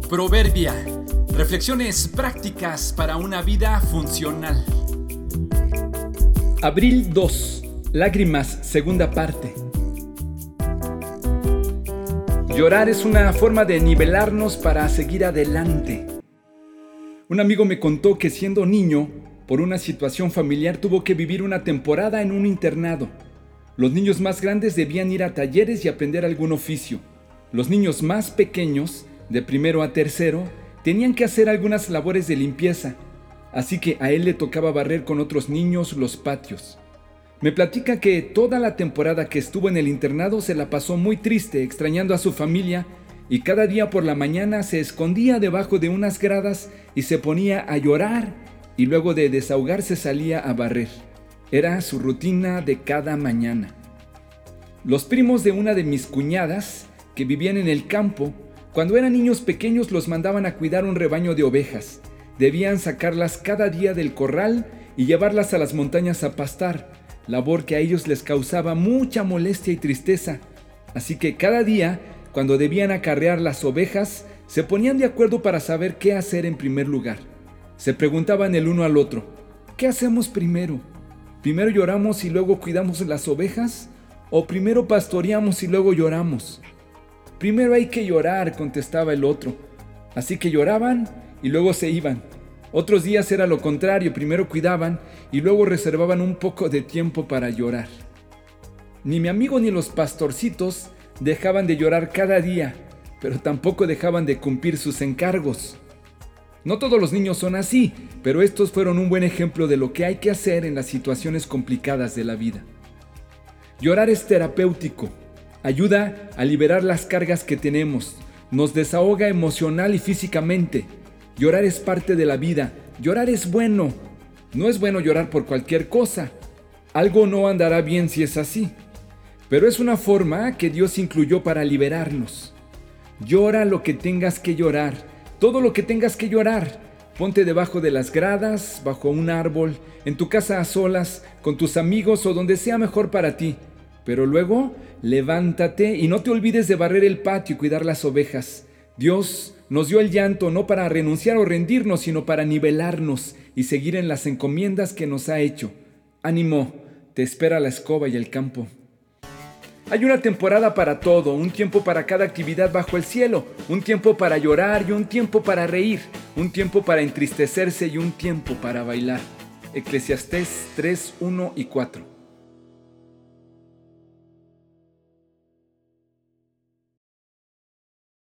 Proverbia. Reflexiones prácticas para una vida funcional. Abril 2. Lágrimas, segunda parte. Llorar es una forma de nivelarnos para seguir adelante. Un amigo me contó que siendo niño, por una situación familiar, tuvo que vivir una temporada en un internado. Los niños más grandes debían ir a talleres y aprender algún oficio. Los niños más pequeños, de primero a tercero, tenían que hacer algunas labores de limpieza, así que a él le tocaba barrer con otros niños los patios. Me platica que toda la temporada que estuvo en el internado se la pasó muy triste, extrañando a su familia, y cada día por la mañana se escondía debajo de unas gradas y se ponía a llorar, y luego de desahogarse salía a barrer. Era su rutina de cada mañana. Los primos de una de mis cuñadas, que vivían en el campo, cuando eran niños pequeños los mandaban a cuidar un rebaño de ovejas. Debían sacarlas cada día del corral y llevarlas a las montañas a pastar, labor que a ellos les causaba mucha molestia y tristeza. Así que cada día, cuando debían acarrear las ovejas, se ponían de acuerdo para saber qué hacer en primer lugar. Se preguntaban el uno al otro: ¿qué hacemos primero? ¿Primero lloramos y luego cuidamos las ovejas? ¿O primero pastoreamos y luego lloramos? Primero hay que llorar, contestaba el otro. Así que lloraban y luego se iban. Otros días era lo contrario, primero cuidaban y luego reservaban un poco de tiempo para llorar. Ni mi amigo ni los pastorcitos dejaban de llorar cada día, pero tampoco dejaban de cumplir sus encargos. No todos los niños son así, pero estos fueron un buen ejemplo de lo que hay que hacer en las situaciones complicadas de la vida. Llorar es terapéutico. Ayuda a liberar las cargas que tenemos, nos desahoga emocional y físicamente. Llorar es parte de la vida, llorar es bueno. No es bueno llorar por cualquier cosa. Algo no andará bien si es así. Pero es una forma que Dios incluyó para liberarnos. Llora lo que tengas que llorar, todo lo que tengas que llorar. Ponte debajo de las gradas, bajo un árbol, en tu casa a solas, con tus amigos o donde sea mejor para ti. Pero luego, levántate y no te olvides de barrer el patio y cuidar las ovejas. Dios nos dio el llanto no para renunciar o rendirnos, sino para nivelarnos y seguir en las encomiendas que nos ha hecho. Ánimo, te espera la escoba y el campo. Hay una temporada para todo, un tiempo para cada actividad bajo el cielo, un tiempo para llorar y un tiempo para reír, un tiempo para entristecerse y un tiempo para bailar. Eclesiastés 3, 1 y 4.